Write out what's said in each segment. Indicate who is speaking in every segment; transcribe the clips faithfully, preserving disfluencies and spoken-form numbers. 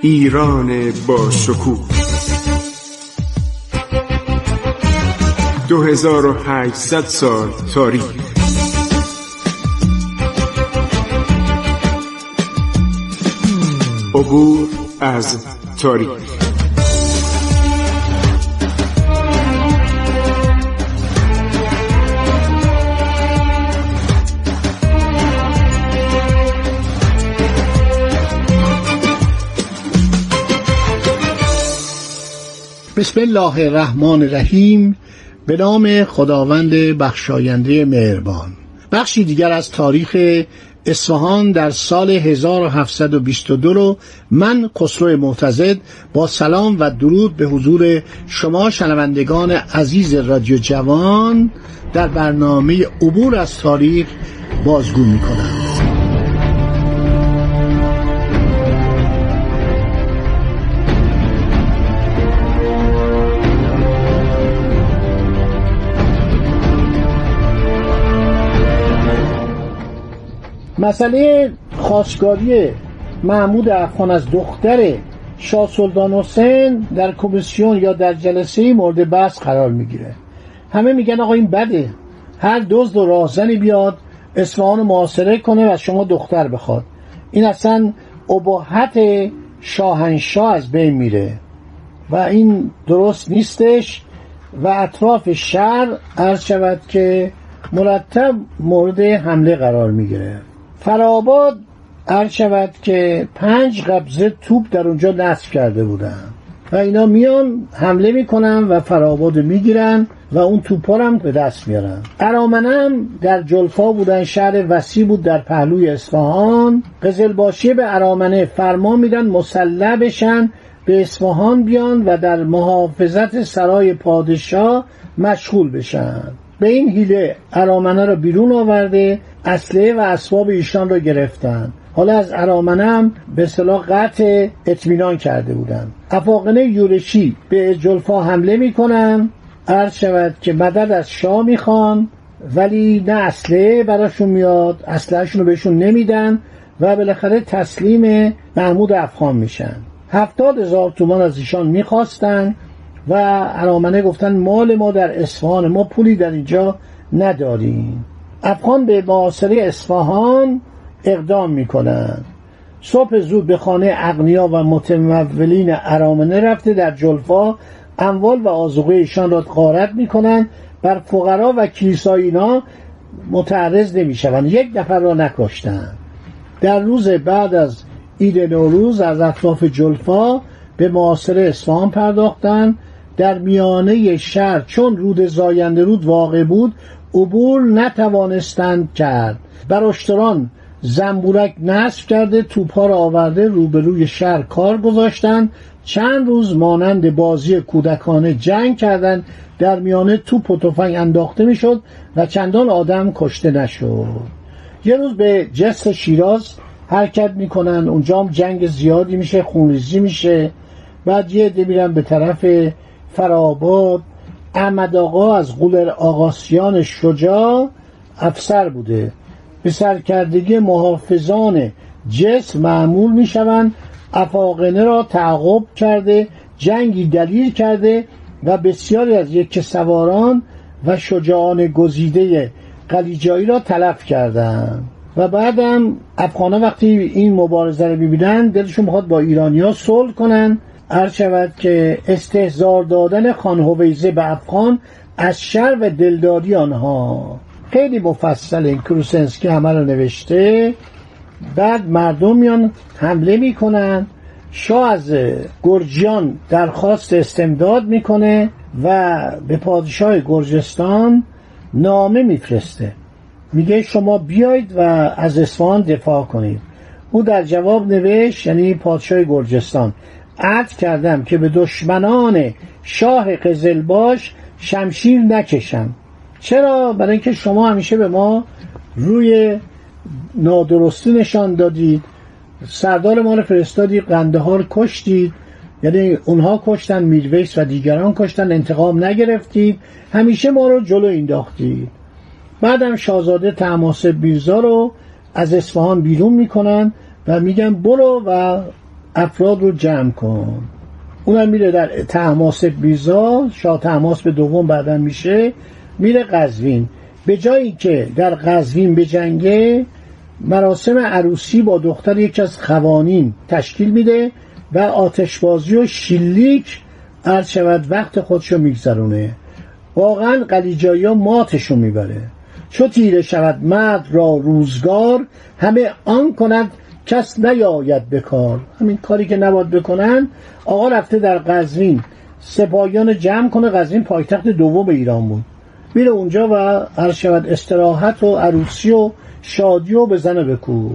Speaker 1: ایران با شکوه دو هزار و هشتصد سال تاریخ. عبور از تاریخ.
Speaker 2: بسم الله الرحمن الرحیم. به نام خداوند بخشاینده مهربان. بخشی دیگر از تاریخ اصفهان در سال هزار و هفتصد و بیست و دو رو من خسرو معتضد با سلام و درود به حضور شما شنوندگان عزیز رادیو جوان در برنامه عبور از تاریخ بازگو می‌کنم. مسئله خواستگاری محمود افغان از دختر شاه سلطان حسین در کمیسیون یا در جلسه مورد بحث قرار میگیره. همه میگن آقا این بده، هر دزد و راهزنی بیاد اصفهان رو محاصره کنه و شما دختر بخواد. این اصلا اباحت شاهنشاه از بین میره و این درست نیستش و اطراف شهر عرض شود که مرتب مورد حمله قرار میگیره. فرآباد عرض شود که پنج قبضه توپ در اونجا نصب کرده بودن و اینا میان حمله میکنن و فرآباد میگیرن و اون توپا هم به دست میارن. ارامنه هم در جلفا بودن، شهر وسیع بود در پهلوی اصفهان. قزلباشی به ارامنه فرمان میدن مسلح بشن، به اصفهان بیان و در محافظت سرای پادشاه مشغول بشن. به این حیله ارامنه را بیرون آورده، اسلحه و اسباب ایشان را گرفتن. حالا از ارامنه هم به اصطلاح قطع اطمینان کرده بودن. افاقنه یورشی به جلفا حمله میکنن، عرض شود که مدد از شاه میخوان ولی نه اسلحه براشون میاد، اسلحه‌شون رو بهشون نمیدن و بالاخره تسلیم محمود افغان میشن. هفتاد هزار تومان از ایشان میخواستن و ارامنه گفتن مال ما در اصفهان، ما پولی در اینجا نداریم. افغان به محاصره اصفهان اقدام میکنن. صبح زود به خانه اغنیا و متمولین ارامنه رفته در جلفا اموال و آذوقه ایشان را غارت میکنن. بر فقرا و کلیسای اینا متعرض نمیشوند. یک نفر را نکشتن. در روز بعد از عید نوروز از اطراف جلفا به محاصره اصفهان پرداختن. در میانه شهر چون رود زاینده رود واقع بود عبور نتوانستند کرد. بر اشتران زنبورک نصب کرده توپها را آورده روبروی شهر کار گذاشتن. چند روز مانند بازی کودکانه جنگ کردند. در میانه توپ و تفنگ انداخته میشد و چندان آدم کشته نشد. یه روز به جسر شیراز حرکت میکنن، اونجا هم جنگ زیادی میشه، خونریزی میشه. بعد یه عده میرن به طرف فرآباد. احمد آقا از غولر آقاسیان شجاع افسر بوده، به سرکردگی محافظان جسر معمول میشوند. افاقنه را تعقیب کرده، جنگی دلیر کرده و بسیاری از یک سواران و شجاعان گزیده قلیجایی را تلف کردند. و بعدم افغان‌ها وقتی این مبارزه رو ببینن دلشون میخواد با ایرانی‌ها صلح کنن. عرض شود که استحضار دادن خان هویزه به افغان از شر و دلداری آنها خیلی مفصل این کروسنسکی همه رو نوشته. بعد مردم میان حمله میکنن. شاه از گرجیان درخواست استمداد میکنه و به پادشاه گرجستان نامه میفرسته، میگه شما بیایید و از اصفهان دفاع کنید. او در جواب نوشت، یعنی پادشاه گرجستان، عهد کردم که به دشمنان شاه قزلباش شمشیر نکشم. چرا؟ برای اینکه شما همیشه به ما روی نادرستی نشان دادید، سردار ما رو فرستادید، قندهار کشتید، یعنی اونها کشتن، میرویس و دیگران کشتن، انتقام نگرفتید، همیشه ما رو جلو انداختید. بعدم شاهزاده طهماسب میرزا رو از اصفهان بیرون میکنن و میگن برو و افراد رو جمع کن. اونم میره در طهماسب میرزا، شاه طهماسب دوم بعدم میشه، میره قزوین. به جایی که در قزوین بجنگه، مراسم عروسی با دختر یکی از خوانین تشکیل میده و آتشبازی و شلیک عرض شود وقت خودشو میگذرونه. واقعا قلیجایی ها ماتشو میبره. چو تیره شود مرد را روزگار، همه آن کند کس نیاید بکار. همین کاری که نباید بکنن. آقا رفته در قزوین سپاهیان جمع کنه. قزوین پایتخت دوم ایران بود. میره اونجا و عرض شود استراحت و عروسی و شادی و بزنه بکو.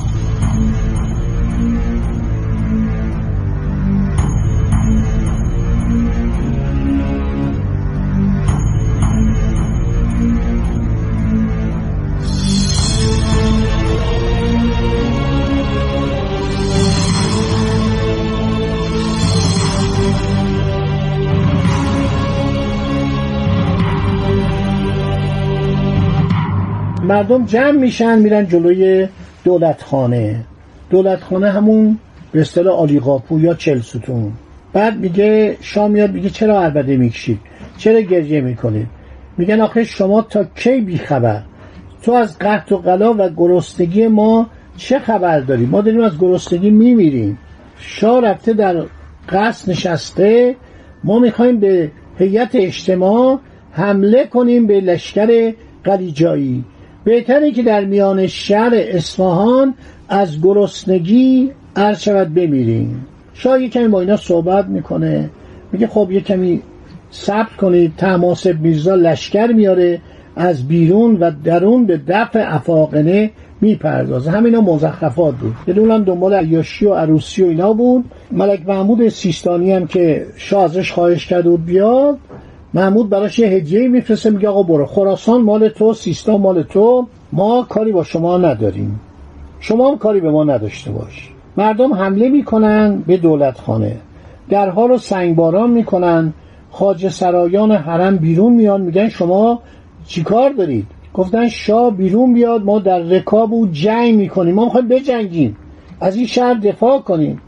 Speaker 2: مردم جمع میشن میرن جلوی دولتخانه. دولتخانه همون به اصطلاح آلیقاپو یا چهل ستون. بعد میگه شاه میاد میگه چرا عربده میکشید، چرا گریه میکنید؟ میگن آخه شما تا کی بی خبر؟ تو از قحط و غلا و گرسنگی ما چه خبر داری؟ ما داریم از گرسنگی میمیریم. شاه رفته در قصر نشسته، ما میخوایم به هیئت اجتماع حمله کنیم به لشکر قلیجایی. بهتره که در میان شهر اصفهان از گرسنگی عرض شود بمیریم. شاه یک کمی با اینا صحبت میکنه، میگه خب یک کمی صبر کنید. طهماسب میرزا لشکر میاره از بیرون و درون به دفع افاقنه میپردازه. همینا مزخرفات بود. یه اونم دنبال عیاشی و عروسی و اینا بود. ملک محمود سیستانی هم که شاه ازش خواهش کرده بود بیاد، محمود براش یه هدیه میفرسته، میگه آقا برو، خراسان مال تو، سیستان مال تو، ما کاری با شما نداریم، شما هم کاری به ما نداشته باش. مردم حمله میکنن به دولتخانه، درها رو سنگباران میکنن. خواجه سرایان حرم بیرون میان، میگن شما چیکار دارید؟ گفتن شاه بیرون بیاد، ما در رکاب و جنگ میکنیم، ما میخوایم بجنگیم، از این شهر دفاع کنیم.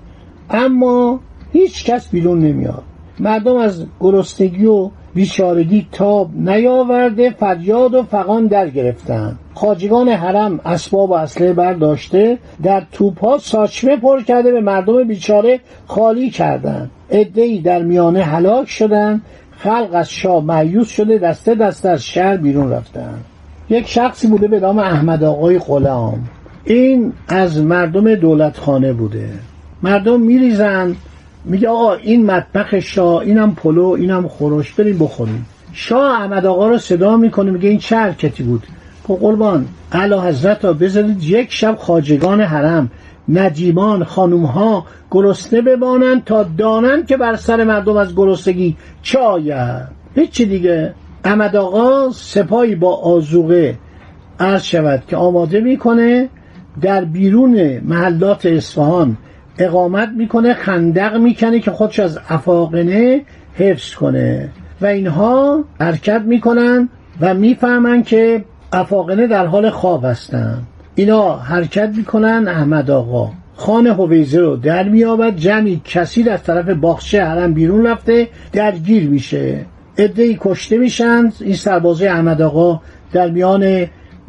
Speaker 2: اما هیچ کس بیرون نمیاد. مردم از گرسنگی و بیچارگی تاب نیاورده فریاد و فغان در گرفتن. خواجگان حرم اسباب و اسلحه برداشته در توپ‌ها ساچمه پر کرده به مردم بیچاره خالی کردند. عده‌ای در میانه هلاک شدند. خلق از شاه مایوس شده دسته دسته از شهر بیرون رفتند. یک شخصی بوده به نام احمد آقای غلام. این از مردم دولتخانه بوده. مردم میریزن، میگه آقا این مطبخ شاه، اینم پلو، اینم خورش، بریم بخوریم. شاه احمد آقا رو صدا میکنه، میگه این چه حرکتی بود؟ خب قربان اعلی حضرت ها بذارید یک شب خواجگان حرم، ندیمان، خانومها گرسنه بمانند تا دانند که بر سر مردم از گرسنگی چه آید. هیچی دیگه. احمد آقا سپاهی با آذوقه عرض شود که آماده میکنه، در بیرون محلات اصفهان اقامت میکنه، خندق میکنه که خودش از افاقنه حفظ کنه و اینها حرکت میکنن و میفهمن که افاقنه در حال خواب هستن. اینا حرکت میکنن. احمد آقا خان هویزه رو در میابد، جمعی کثیر از طرف باغچه حرم بیرون رفته درگیر میشه، عده‌ای کشته میشن. این سربازای احمد آقا در میان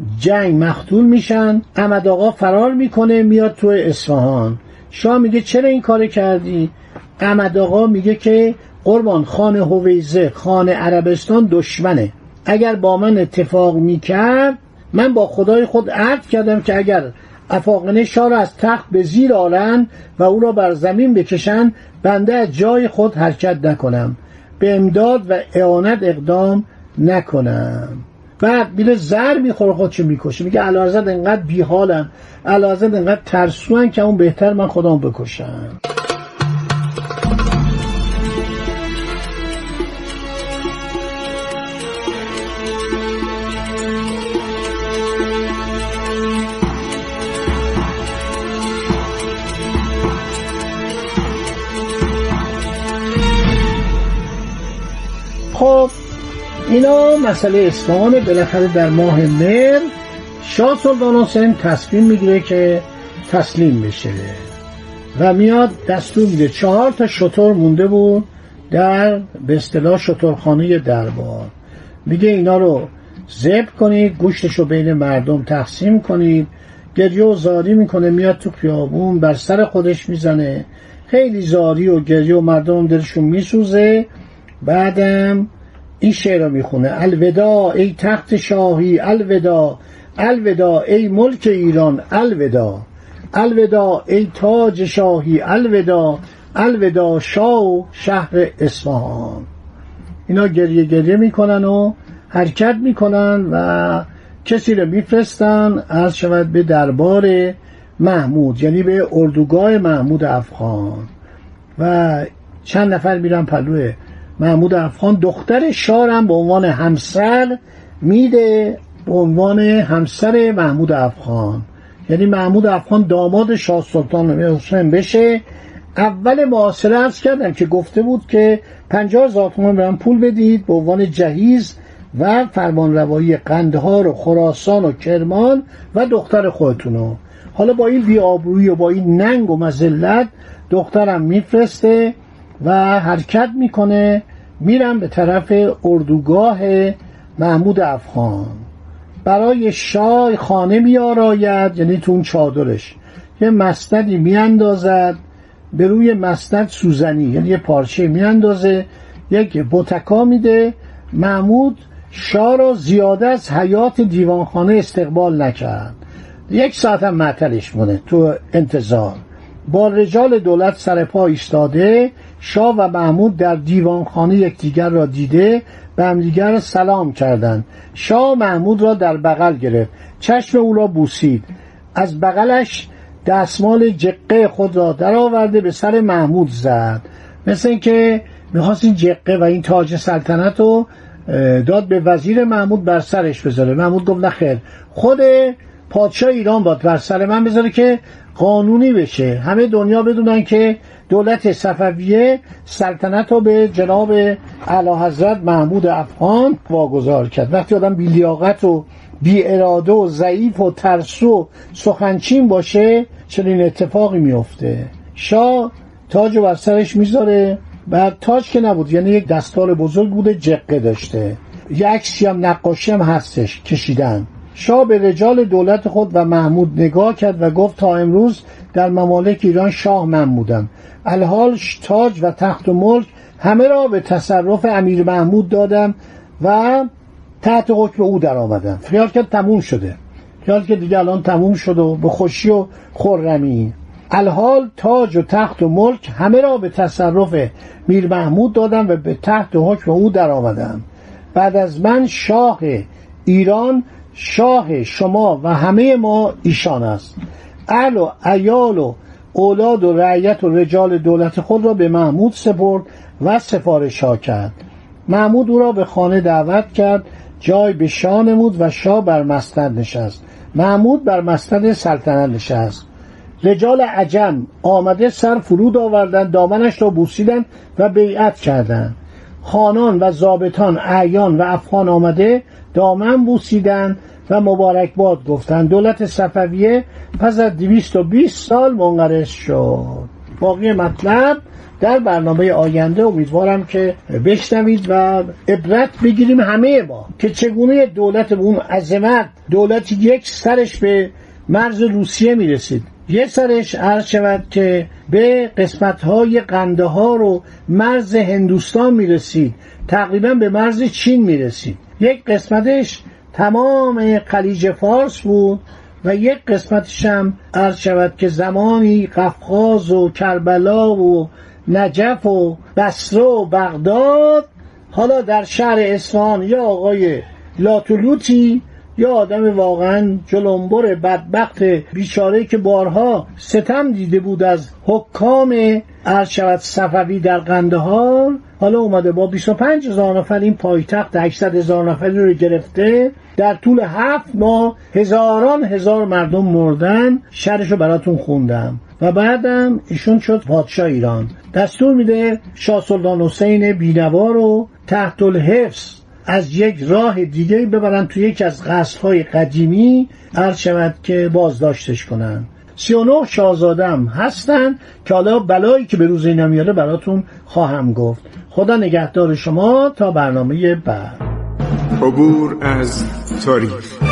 Speaker 2: جنگ مقتول میشن. احمد آقا فرار میکنه میاد تو اصفهان. شاه میگه چرا این کار کردی؟ احمد آقا میگه که قربان خان هویزه خان عربستان دشمنه، اگر با من اتفاق میکرد من با خدای خود عهد کردم که اگر افاقنه شاه را از تخت به زیر آرن و او را بر زمین بکشن بنده از جای خود حرکت نکنم، به امداد و اعانت اقدام نکنم. بعد میره زر میخوره خودشو میکشه، میگه اعلیحضرت انقدر بیحالن، اعلیحضرت انقدر ترسوان که اون بهتر من خودم بکشم. خب اینا مسئله اصفهان. بالاخره در ماه مهر شاه سلطان حسین تصمیم میگیره که تسلیم بشه. و میاد دستور میده. چهار تا شتر مونده بود در به اصطلاح شترخانه دربار. میگه اینا رو ذبح کنید، گوشتشو بین مردم تقسیم کنید. گریه و زاری میکنه، میاد تو خیابون بر سر خودش میزنه، خیلی زاری و گریه و مردم دلشون میسوزه. بعدم این شعر رو میخونه: الوداع ای تخت شاهی، الوداع الوداع ای ملک ایران، الوداع الوداع ای تاج شاهی، الوداع الوداع شاه و شهر اصفهان. اینا گریه گریه میکنن و حرکت میکنن و کسی رو میفرستن عرض شود به دربار محمود، یعنی به اردوگاه محمود افغان، و چند نفر میرن پلوه محمود افغان. دختر شاه هم به عنوان همسر میده، به عنوان همسر محمود افغان، یعنی محمود افغان داماد شاه سلطان حسین بشه. اول معاصره عرض کردم که گفته بود که پنجاه هزار تومان برام پول بدید به عنوان جهیز و فرمانروایی قندهار و خراسان و کرمان و دختر خودتونو. حالا با این بی‌آبرویی و با این ننگ و مذلت دخترم میفرسته و حرکت میکنه، میرم به طرف اردوگاه محمود افغان. برای شاه خانه میآراید، یعنی تو اون چادرش یه مسندی میاندازد، به روی مسند سوزنی یعنی یه پارچه میاندازه، یک بوتکا میده. محمود شاه را زیاده از حیات دیوانخانه استقبال نکرد، یک ساعت هم معطلش مونه تو انتظار. با رجال دولت سر پا ایستاده، شاه و محمود در دیوانخانه یکدیگر را دیده به همدیگر سلام کردند. شاه محمود را در بغل گرفت، چشم او را بوسید، از بغلش دستمال جقه خود را در آورده به سر محمود زد، مثل این که میخواست این جقه و این تاج سلطنت رو داد به وزیر محمود بر سرش بذاره. محمود گفت نه خیر، خود پادشاه ایران باید بر سر من بذاره که قانونی بشه، همه دنیا بدونن که دولت صفویه سلطنت رو به جناب اعلیحضرت محمود افغان واگذار کرد. وقتی آدم بی لیاقت و بی اراده و ضعیف و ترسو و سخنچین باشه چنین اتفاقی میفته. شاه تاج رو بر سرش میذاره، بعد تاج که نبود، یعنی یک دستار بزرگ بوده، جقه داشته، یک عکسی هم نقاشی هم هستش کشیدن. شاه به رجال دولت خود و محمود نگاه کرد و گفت تا امروز در ممالک ایران شاه من بودم، الحال تاج و تخت و ملک همه را به تصرف امیر محمود دادم و تحت حکم او در آمدم. خیال کرد تموم شده، خیال کرد دیگه الان تموم شد و به خوشی و خرمی. الحال تاج و تخت و ملک همه را به تصرف میر محمود دادم و به تحت حکم او در آمدم. بعد از من شاه ایران شاه شما و همه ما ایشان است. اهل و عیال و اولاد و رعیت و رجال دولت خود را به محمود سپرد و سفارش ها کرد. محمود او را به خانه دعوت کرد، جای به شاه نمود و شاه بر مسند نشست. محمود بر مسند سلطنت نشست. رجال عجم آمده سر فرود آوردند، دامنش را بوسیدند و بیعت کردند. خانان و ضابطان اعیان و افغان آمده دامن بوسیدند و مبارکباد گفتند. دولت صفویه پس از دویست و بیست سال منقرض شد. باقی مطلب در برنامه آینده امیدوارم که بشنوید و عبرت بگیریم همه ما که چگونه دولت به اون عظمت، دولتی یک سرش به مرز روسیه میرسید، یه سرش عرض شود که به قسمت‌های قندهار و مرز هندوستان میرسید، تقریبا به مرز چین میرسید، یک قسمتش تمام خلیج فارس بود و یک قسمتش هم عرض شود که زمانی قفقاز و کربلا و نجف و بصره و بغداد. حالا در شهر اصفهان یا آقای لاتولوتی یا آدم واقعا جلنبر بدبخت بیچاره‌ای که بارها ستم دیده بود از حکام عرض شود صفوی در قندهار، حالا اومده با بیست و پنج هزار نفر این پایتخت هشتصد هزار نفری رو گرفته. در طول هفت ماه هزاران هزار مردم مردن. شرشو براتون خوندم. و بعدم ایشون شد پادشاه ایران. دستور میده شاه سلطان حسین بینوا رو تحت الحفظ از یک راه دیگه ببرن توی یکی از قصرهای قدیمی عرض شود که بازداشتش کنن. سی و نه شاهزاده هم هستن که حالا بلایی که به روز اینا میاره براتون خواهم گفت. خدا نگهدار شما تا برنامه بعد.
Speaker 1: عبور از تاریخ.